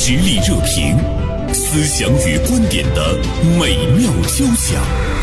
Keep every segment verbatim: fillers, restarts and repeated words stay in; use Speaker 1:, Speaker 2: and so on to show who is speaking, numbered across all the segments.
Speaker 1: 实力热评，思想与观点的美妙交响。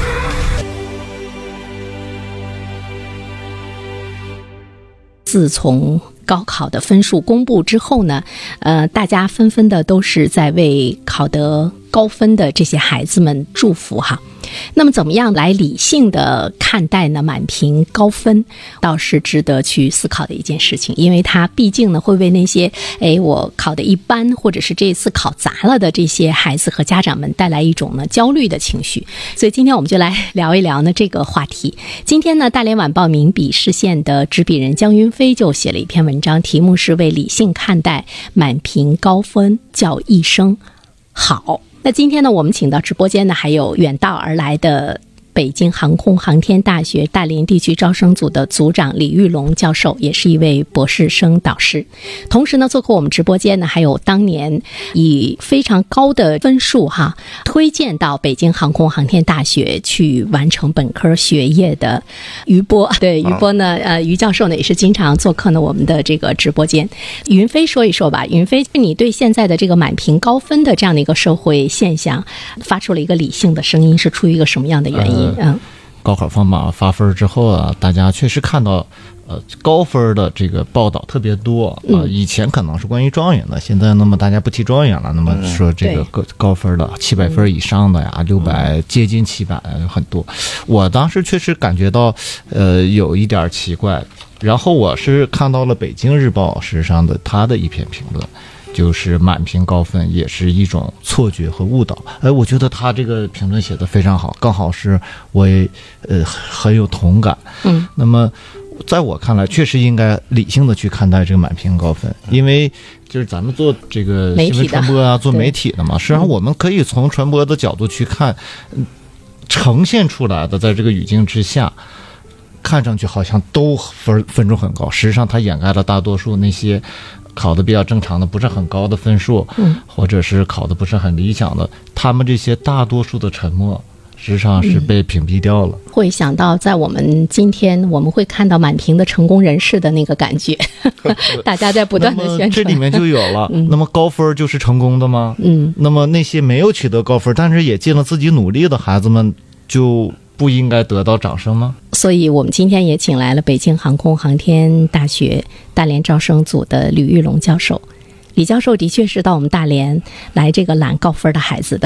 Speaker 2: 自从高考的分数公布之后呢，呃，大家纷纷的都是在为考得高分的这些孩子们祝福哈。那么怎么样来理性的看待呢？满评高分倒是值得去思考的一件事情，因为它毕竟呢会为那些哎我考得一般或者是这一次考砸了的这些孩子和家长们带来一种呢焦虑的情绪。所以今天我们就来聊一聊呢这个话题。今天呢大连晚报名笔视线的执笔人江云飞就写了一篇文章，题目是为理性看待满评高分叫一声好。那今天呢我们请到直播间呢还有远道而来的北京航空航天大学大连地区招生组的组长李玉龙教授，也是一位博士生导师。同时呢做客我们直播间呢还有当年以非常高的分数哈推荐到北京航空航天大学去完成本科学业的于波。对，于波呢呃于教授呢也是经常做客呢我们的这个直播间。云飞说一说吧，云飞，你对现在的这个满评高分的这样的一个社会现象发出了一个理性的声音，是出于一个什么样的原因？嗯，
Speaker 3: 高考放榜发分之后啊，大家确实看到呃高分的这个报道特别多啊、呃。以前可能是关于状元的，现在那么大家不提状元了，那么说这个高高分的七百分以上的呀，六百接近七百很多。我当时确实感觉到呃有一点奇怪，然后我是看到了北京日报时上的他的一篇评论。就是满评高分也是一种错觉和误导，哎，我觉得他这个评论写得非常好，刚好是我也呃很有同感。嗯，那么在我看来，确实应该理性的去看待这个满评高分，因为就是咱们做这个新闻传播啊，做媒体的嘛，实际上我们可以从传播的角度去看，嗯、呈现出来的在这个语境之下。看上去好像都分分数很高，实际上它掩盖了大多数那些考得比较正常的不是很高的分数、嗯、或者是考得不是很理想的，他们这些大多数的沉默实际上是被屏蔽掉了、嗯、
Speaker 2: 会想到在我们今天我们会看到满评的成功人士的那个感觉大家在不断的宣传，
Speaker 3: 这里面就有了、嗯、那么高分就是成功的吗？嗯，那么那些没有取得高分但是也尽了自己努力的孩子们就不应该得到掌声吗？
Speaker 2: 所以我们今天也请来了北京航空航天大学大连招生组的吕玉龙教授。李教授的确是到我们大连来这个揽高分的孩子的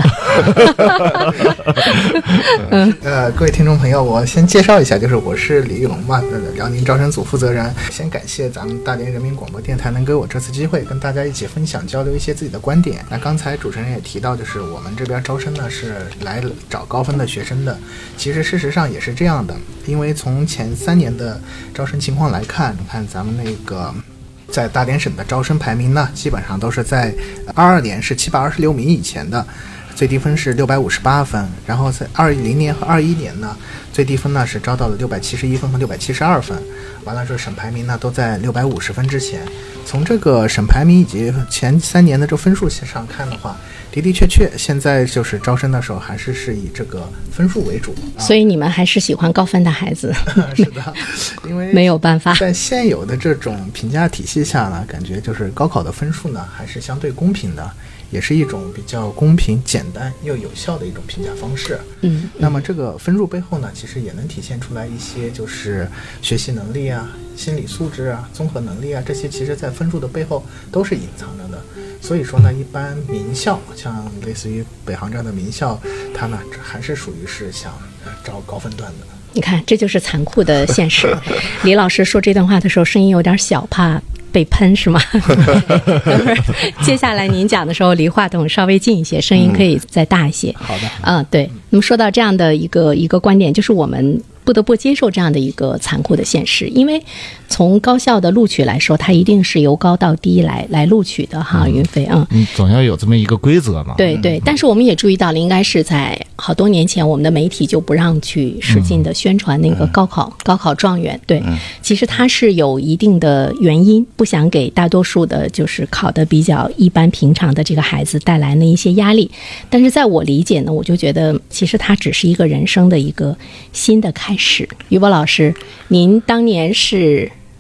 Speaker 4: 嗯、呃，各位听众朋友，我先介绍一下，就是我是李玉龙嘛，辽宁招生组负责人。先感谢咱们大连人民广播电台能给我这次机会跟大家一起分享交流一些自己的观点。那刚才主持人也提到，就是我们这边招生呢是来找高分的学生的，其实事实上也是这样的，因为从前三年的招生情况来看，你看咱们那个在大连省的招生排名呢，基本上都是在二二年是七百二十六名以前的，最低分是六百五十八分，然后在二零年和二一年呢，最低分呢是招到了六百七十一分和六百七十二分，完了这省排名呢都在六百五十分之前。从这个省排名以及前三年的这分数上看的话，的的确确现在就是招生的时候还是是以这个分数为主、啊、
Speaker 2: 所以你们还是喜欢高分的孩子
Speaker 4: 是的，因为
Speaker 2: 没有办法，
Speaker 4: 在现有的这种评价体系下呢，感觉就是高考的分数呢还是相对公平的，也是一种比较公平简单又有效的一种评价方式。嗯，嗯那么这个分数背后呢，其实也能体现出来一些就是学习能力啊、心理素质啊、综合能力啊，这些其实在分数的背后都是隐藏着的。所以说呢，一般名校像类似于北航这样的名校，它呢还是属于是想招高分段的。
Speaker 2: 你看，这就是残酷的现实。李老师说这段话的时候声音有点小，怕被喷是吗？等会儿接下来您讲的时候离话筒稍微近一些，声音可以再大一些。
Speaker 4: 嗯、好的。
Speaker 2: 嗯，对。那么说到这样的一个一个观点，就是我们不得不接受这样的一个残酷的现实，因为从高校的录取来说，它一定是由高到低来来录取的哈，云飞。嗯，
Speaker 3: 嗯，总要有这么一个规则嘛。
Speaker 2: 对对，但是我们也注意到了，应该是在好多年前，我们的媒体就不让去使劲的宣传那个高考、嗯、高考状元。对、嗯，其实它是有一定的原因，不想给大多数的就是考得比较一般平常的这个孩子带来的一些压力。但是在我理解呢，我就觉得其实它只是一个人生的一个新的开始。于波老师，您当年是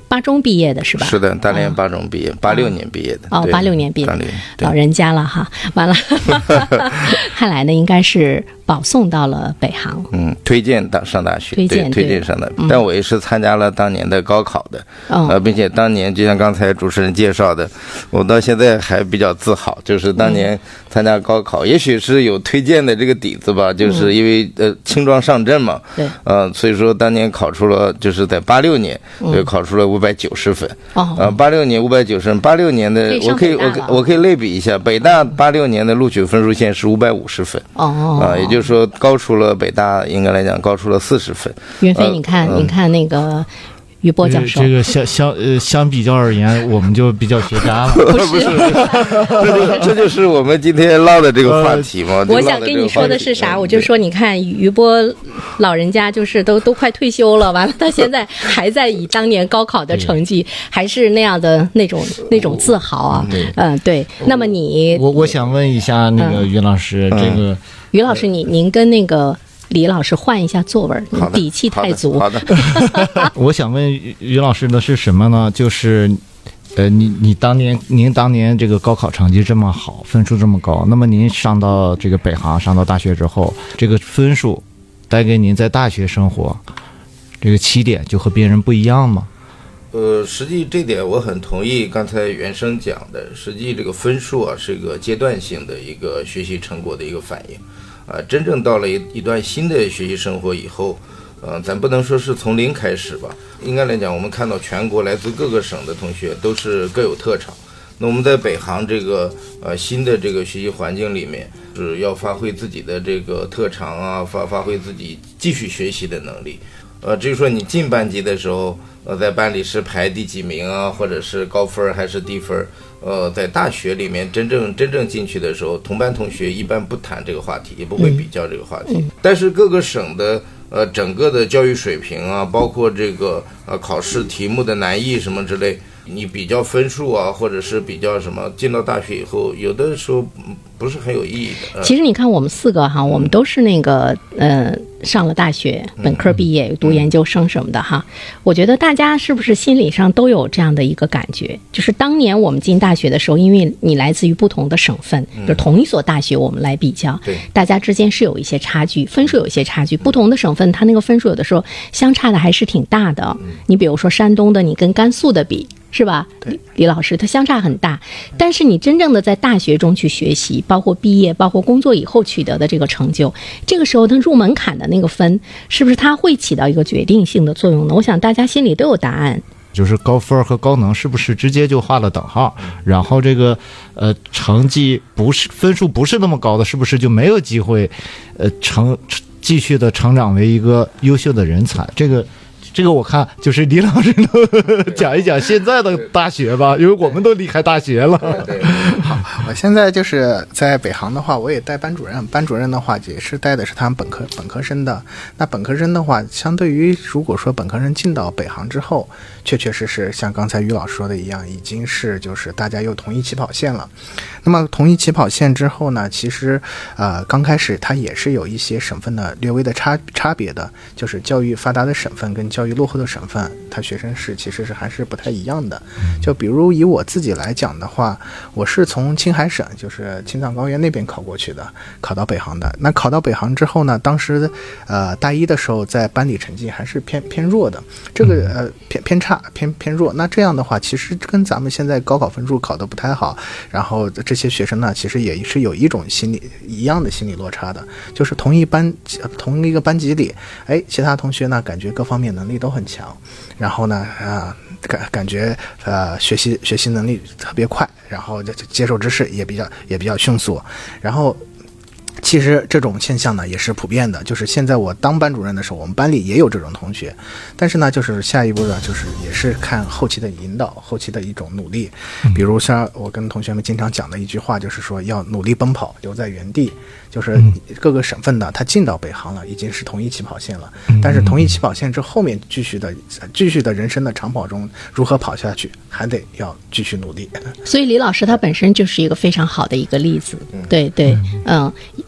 Speaker 2: 八中毕业的是吧？
Speaker 5: 是的，大连八中毕业，八六年毕业的。
Speaker 2: 哦，八六年毕业的，
Speaker 5: 老
Speaker 2: 人家了哈。完了，看来呢，应该是保送到了北航。
Speaker 5: 嗯，推荐到上大学，
Speaker 2: 推荐
Speaker 5: 推荐上的。
Speaker 2: 嗯、
Speaker 5: 但我也是参加了当年的高考的，
Speaker 2: 哦、
Speaker 5: 呃，并且当年就像刚才主持人介绍的，我到现在还比较自豪，就是当年参加高考，嗯、也许是有推荐的这个底子吧，就是因为、嗯、呃轻装上阵嘛，
Speaker 2: 对，
Speaker 5: 呃，所以说当年考出了，就是在八六年，对、嗯，考出了五百九十分。
Speaker 2: 哦，
Speaker 5: 呃，八六年五百九十分，八六年的我可以我我可以类比一下，北大八六年的录取分数线是五百五十分。
Speaker 2: 哦，
Speaker 5: 啊、呃，也就是说高出了北大，应该来讲高出了四十分。
Speaker 2: 岳飞，你看，呃、你看那个于波教授，
Speaker 3: 这个相相呃相比较而言，我们就比较学渣了。
Speaker 2: 不是，
Speaker 5: 这就这就是我们今天唠的这个话题嘛。
Speaker 2: 我想跟你说的是啥？我就说，你看于波老人家就是都都快退休了，完了他现在还在以当年高考的成绩，还是那样的那种那种自豪啊。嗯，对。那么你，
Speaker 3: 我我想问一下那个于老师，
Speaker 5: 嗯、
Speaker 3: 这个
Speaker 2: 于老师，你您跟那个李老师换一下座位，你底气太足。
Speaker 5: 好的。好的
Speaker 3: 我想问于老师的是什么呢？就是，呃，你你当年您当年这个高考成绩这么好，分数这么高，那么您上到这个北航，上到大学之后，这个分数带给您在大学生活这个起点就和别人不一样吗？
Speaker 5: 呃，实际这点我很同意刚才袁生讲的，实际这个分数啊是一个阶段性的一个学习成果的一个反应。啊，真正到了一一段新的学习生活以后，呃，咱不能说是从零开始吧，应该来讲，我们看到全国来自各个省的同学都是各有特长。那我们在北航这个呃新的这个学习环境里面，是要发挥自己的这个特长啊，发发挥自己继续学习的能力。呃，至于说你进班级的时候，呃，在班里是排第几名啊，或者是高分还是低分？呃，在大学里面真正真正进去的时候，同班同学一般不谈这个话题，也不会比较这个话题。嗯、但是各个省的呃整个的教育水平啊，包括这个呃考试题目的难易什么之类，你比较分数啊，或者是比较什么，进到大学以后，有的时候不是很有意义的。呃、
Speaker 2: 其实你看我们四个哈，我们都是那个呃上了大学，本科毕业，嗯、读研究生什么的哈。我觉得大家是不是心理上都有这样的一个感觉，就是当年我们进大学的时候，因为你来自于不同的省份，嗯、就是同一所大学，我们来比较，
Speaker 5: 对，
Speaker 2: 大家之间是有一些差距，分数有一些差距。不同的省份，它那个分数有的时候相差的还是挺大的。嗯、你比如说山东的，你跟甘肃的比。是吧？李老师，他相差很大，但是你真正的在大学中去学习，包括毕业，包括工作以后取得的这个成就，这个时候他入门槛的那个分，是不是他会起到一个决定性的作用呢？我想大家心里都有答案。
Speaker 3: 就是高分和高能是不是直接就画了等号？然后这个呃成绩不是分数不是那么高的，是不是就没有机会呃成继续的成长为一个优秀的人才？这个。这个我看就是李老师能讲一讲现在的大学吧，因为我们都离开大学了。
Speaker 4: 好，我现在就是在北航的话，我也带班主任，班主任的话也是带的是他们本科本科生的。那本科生的话，相对于如果说本科生进到北航之后，确确实实像刚才于老师说的一样，已经是就是大家又同一起跑线了。那么同一起跑线之后呢，其实呃刚开始它也是有一些省份的略微的差差别的，就是教育发达的省份跟教育落后的省份，它学生是其实是还是不太一样的。就比如以我自己来讲的话，我是从青海省，就是青藏高原那边考过去的，考到北航的。那考到北航之后呢，当时呃大一的时候在班里成绩还是偏偏弱的，这个呃偏偏差偏偏弱。那这样的话，其实跟咱们现在高考分数考得不太好，然后这些学生呢，其实也是有一种心理一样的心理落差的，就是同一班同一个班级里，哎，其他同学呢感觉各方面能力都很强，然后呢啊、呃、感感觉呃学习学习能力特别快，然后接受知识也比较也比较迅速，然后。其实这种现象呢也是普遍的，就是现在我当班主任的时候，我们班里也有这种同学，但是呢，就是下一步呢，就是也是看后期的引导，后期的一种努力。比如像我跟同学们经常讲的一句话，就是说要努力奔跑，留在原地。就是各个省份的他进到北航了，已经是同一起跑线了，但是同一起跑线之后，后面继续的继续的人生的长跑中如何跑下去，还得要继续努力。
Speaker 2: 所以李老师他本身就是一个非常好的一个例子。对对，嗯。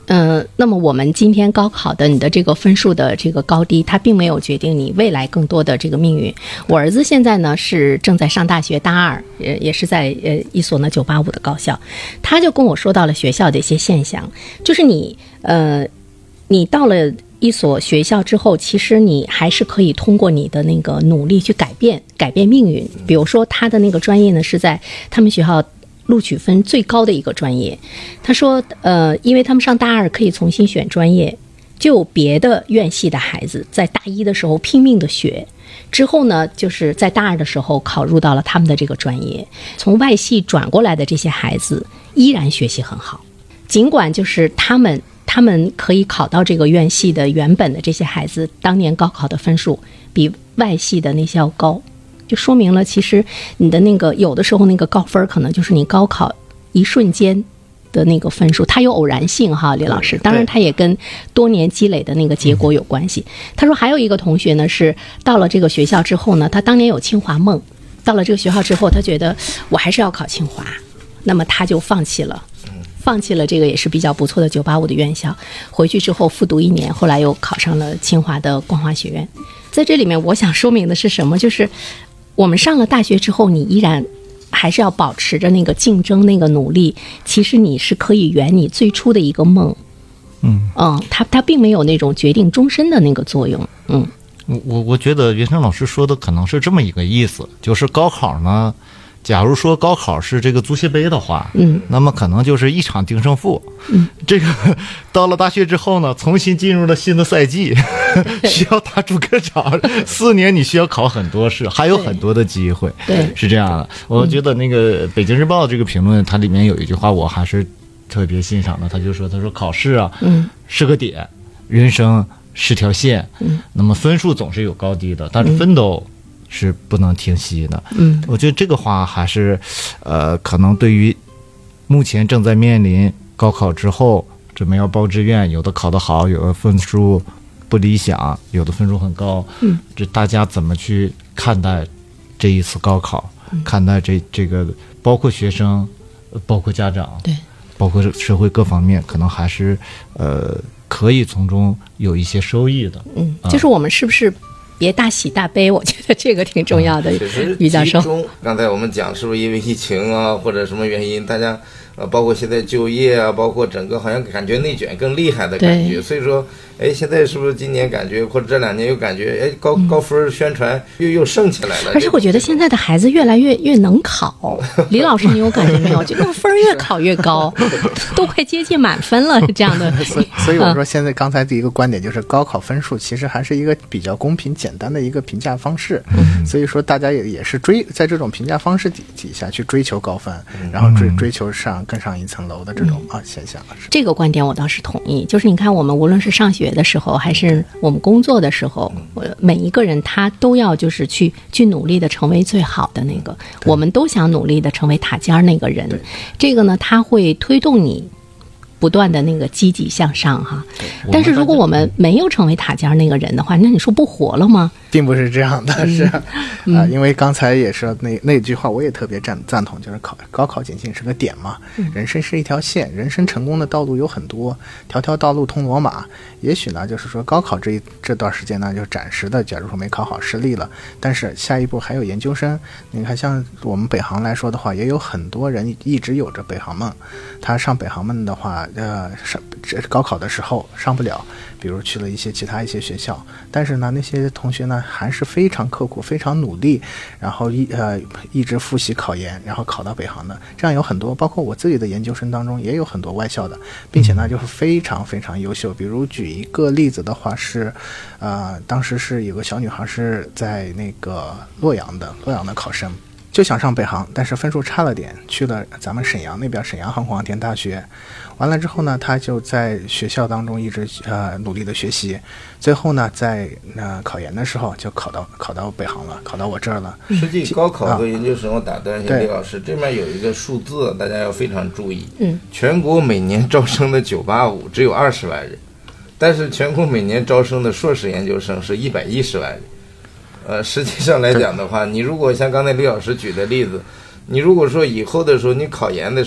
Speaker 2: 嗯、呃，那么我们今天高考的你的这个分数的这个高低，它并没有决定你未来更多的这个命运。我儿子现在呢是正在上大学大二，也也是在呃一所呢九八五的高校，他就跟我说到了学校的一些现象，就是你呃你到了一所学校之后，其实你还是可以通过你的那个努力去改变改变命运。比如说他的那个专业呢是在他们学校录取分最高的一个专业，他说呃因为他们上大二可以重新选专业，就有别的院系的孩子在大一的时候拼命的学，之后呢就是在大二的时候考入到了他们的这个专业，从外系转过来的这些孩子依然学习很好，尽管就是他们他们可以考到这个院系的原本的这些孩子当年高考的分数比外系的那些要高，就说明了其实你的那个有的时候那个高分可能就是你高考一瞬间的那个分数，它有偶然性哈，李老师，当然它也跟多年积累的那个结果有关系。他说还有一个同学呢是到了这个学校之后呢，他当年有清华梦，到了这个学校之后他觉得我还是要考清华，那么他就放弃了放弃了这个也是比较不错的九八五的院校，回去之后复读一年，后来又考上了清华的光华学院。在这里面我想说明的是什么，就是我们上了大学之后，你依然还是要保持着那个竞争那个努力，其实你是可以圆你最初的一个梦。
Speaker 3: 嗯
Speaker 2: 嗯，它它并没有那种决定终身的那个作用。嗯，
Speaker 3: 我我我觉得袁生老师说的可能是这么一个意思，就是高考呢，假如说高考是这个足协杯的话，
Speaker 2: 嗯，
Speaker 3: 那么可能就是一场定胜负。
Speaker 2: 嗯，
Speaker 3: 这个到了大学之后呢，重新进入了新的赛季，需要打主客场，四年你需要考很多试，还有很多的机会。
Speaker 2: 对，
Speaker 3: 是这样的。我觉得那个《北京日报》这个评论，它里面有一句话我还是特别欣赏的，他就说，他说考试啊，
Speaker 2: 嗯，
Speaker 3: 是个点，人生是条线，
Speaker 2: 嗯，
Speaker 3: 那么分数总是有高低的，但是奋斗是不能停息的。
Speaker 2: 嗯，
Speaker 3: 我觉得这个话还是，呃，可能对于目前正在面临高考之后准备要报志愿，有的考得好，有的分数不理想，有的分数很高，
Speaker 2: 嗯，
Speaker 3: 这大家怎么去看待这一次高考？
Speaker 2: 嗯、
Speaker 3: 看待这这个，包括学生，包括家长，
Speaker 2: 对，
Speaker 3: 包括社会各方面，可能还是呃可以从中有一些收益的。
Speaker 2: 嗯，就是我们是不是别大喜大悲？我觉得这个挺重要的。
Speaker 5: 其实
Speaker 2: 于教授，
Speaker 5: 刚才我们讲是不是因为疫情啊，或者什么原因，大家呃，包括现在就业啊，包括整个好像感觉内卷更厉害的感觉，所以说，哎，现在是不是今年感觉或者这两年又感觉，哎，高高分宣传又又盛起来了？
Speaker 2: 而且我觉得现在的孩子越来越越能考。李老师，你有感觉没有？就那个分越考越高，都快接近满分了，这样的。
Speaker 4: 所以，所以我说现在刚才第一个观点就是，高考分数其实还是一个比较公平简单的一个评价方式。
Speaker 2: 嗯、
Speaker 4: 所以说，大家也也是追在这种评价方式底底下去追求高分，然后追追求上。更上一层楼的这种啊现象，
Speaker 2: 这个观点我倒是同意。就是你看，我们无论是上学的时候，还是我们工作的时候，每一个人他都要就是去去努力的成为最好的那个，我们都想努力的成为塔尖那个人。这个呢，他会推动你不断的那个积极向上哈。但是如果我们没有成为塔尖那个人的话，那你说不活了吗？
Speaker 4: 并不是这样的，是啊、
Speaker 2: 嗯
Speaker 4: 呃，因为刚才也是那那句话，我也特别赞赞同，就是考高考仅仅是个点嘛，
Speaker 2: 嗯、
Speaker 4: 人生是一条线，人生成功的道路有很多，条条道路通罗马。也许呢，就是说高考这一这段时间呢，就暂时的，假如说没考好失利了，但是下一步还有研究生。你看，像我们北航来说的话，也有很多人一直有着北航梦，他上北航梦的话，呃，上这高考的时候上不了，比如去了一些其他一些学校，但是呢，那些同学呢还是非常刻苦、非常努力，然后一呃一直复习考研，然后考到北航的，这样有很多，包括我自己的研究生当中也有很多外校的，并且呢就是非常非常优秀。比如举一个例子的话是，呃，当时是有个小女孩是在那个洛阳的洛阳的考生。就想上北航，但是分数差了点，去了咱们沈阳那边沈阳航空航天大学。完了之后呢，他就在学校当中一直呃努力的学习，最后呢，在呃考研的时候就考到考到北航了，考到我这儿了。
Speaker 5: 实际高考和研究生，我打断一下李老师，这边有一个数字，大家要非常注意。
Speaker 2: 嗯，
Speaker 5: 全国每年招生的九八五只有二十万人，但是全国每年招生的硕士研究生是一百一十万人。呃，实际上来讲的话，你如果像刚才李老师举的例子，你如果说以后的时候你考研的时候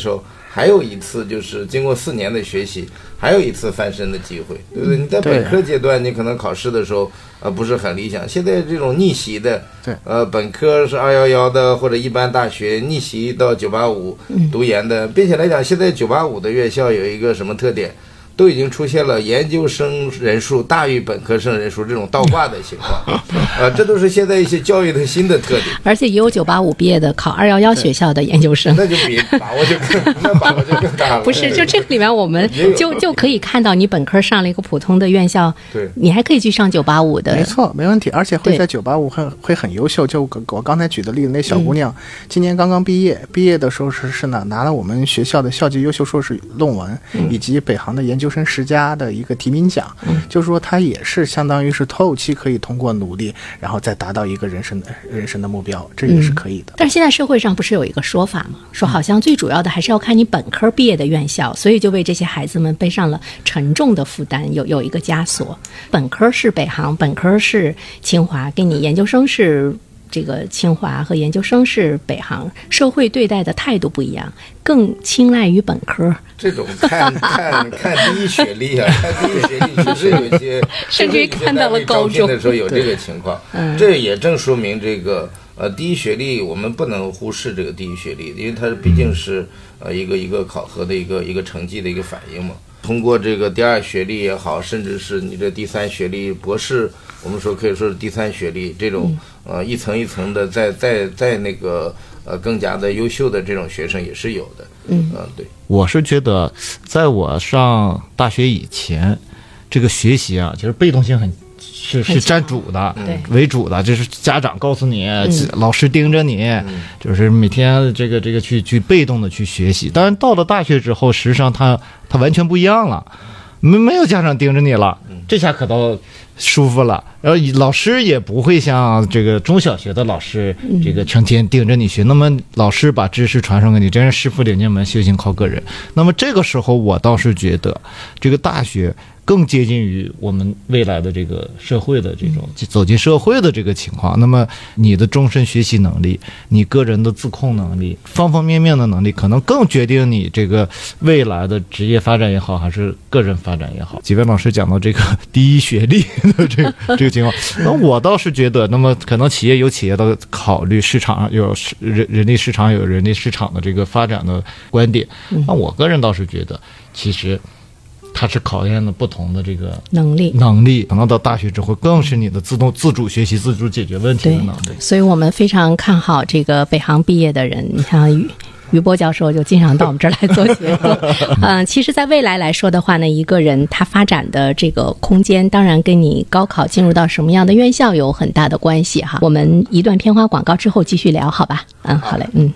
Speaker 5: 还有一次就是经过四年的学习，还有一次翻身的机会，对不对？你在本科阶段，你可能考试的时候呃不是很理想，现在这种逆袭的，
Speaker 4: 对，
Speaker 5: 呃本科是二一一的或者一般大学逆袭到九八五读研的，并且来讲，现在九八五的院校有一个什么特点？都已经出现了研究生人数大于本科生人数这种倒挂的情况，呃，这都是现在一些教育的新的特点。
Speaker 2: 而且也有九八五毕业的考二一一学校的研究生，
Speaker 5: 那就比把握就更那把握就更大了。
Speaker 2: 不是，就这个里面我们就就可以看到，你本科上了一个普通的院校，
Speaker 5: 对，
Speaker 2: 你还可以去上九八五的，
Speaker 4: 没错，没问题，而且会在九八五很会很优秀。就我刚才举的例子，那小姑娘、嗯、今年刚刚毕业，毕业的时候是是呢拿了我们学校的校级优秀硕士论文，嗯、以及北航的研究生十佳的一个提名奖，嗯、就是说他也是相当于是后期可以通过努力，然后再达到一个人生的人生的目标，这也是可以的。
Speaker 2: 嗯、但是现在社会上不是有一个说法吗？说好像最主要的还是要看你本科毕业的院校，所以就为这些孩子们背上了沉重的负担，有有一个枷锁。本科是北航，本科是清华，给你研究生是这个清华和研究生是北航，社会对待的态度不一样，更青睐于本科。
Speaker 5: 这种看看看第一学历啊，看第一学历确实有一些，
Speaker 2: 甚至于看到了高中
Speaker 5: 的时候有这个情况，嗯、这也正说明这个呃第一学历我们不能忽视这个第一学历，因为它毕竟是呃一个一个考核的一个一个成绩的一个反应嘛。通过这个第二学历也好，甚至是你这第三学历、博士，我们说可以说是第三学历这种呃一层一层的在在在那个呃更加的优秀的这种学生也是有的。
Speaker 2: 嗯、
Speaker 5: 呃，对，
Speaker 3: 我是觉得在我上大学以前，这个学习啊，其实被动性很是是占主的，为主的，就是家长告诉你，嗯、老师盯着你，嗯、就是每天这个这个去去被动的去学习。当然到了大学之后，实际上它它完全不一样了，没没有家长盯着你了，这下可倒舒服了。然后老师也不会像这个中小学的老师，这个成天盯着你学。那么老师把知识传授给你，真是师傅领进门，修行靠个人。那么这个时候，我倒是觉得这个大学更接近于我们未来的这个社会的这种走进社会的这个情况。那么你的终身学习能力，你个人的自控能力，方方面面的能力，可能更决定你这个未来的职业发展也好，还是个人发展也好。几位老师讲到这个第一学历的这个这个情况，那我倒是觉得，那么可能企业有企业的考虑，市场有人人力市场有人力市场的这个发展的观点。那我个人倒是觉得，其实它是考验了不同的这个
Speaker 2: 能力，
Speaker 3: 能力可能到大学之后更是你的自动自主学习、自主解决问题的能力。
Speaker 2: 所以我们非常看好这个北航毕业的人。你像于于波教授就经常到我们这儿来做节目。嗯、呃，其实，在未来来说的话呢，一个人他发展的这个空间，当然跟你高考进入到什么样的院校有很大的关系哈。我们一段片花广告之后继续聊，好吧？嗯，好嘞，嗯。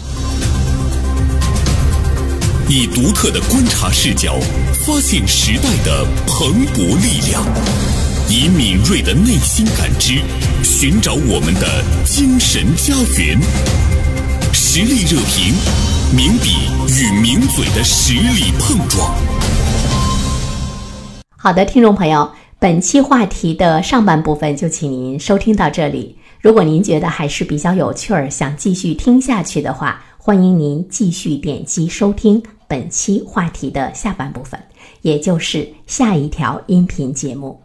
Speaker 1: 以独特的观察视角，发现时代的蓬勃力量；以敏锐的内心感知，寻找我们的精神家园。实力热评，名笔与名嘴的实力碰撞。
Speaker 2: 好的，听众朋友，本期话题的上半部分就请您收听到这里。如果您觉得还是比较有趣儿，想继续听下去的话，欢迎您继续点击收听本期话题的下半部分，也就是下一条音频节目。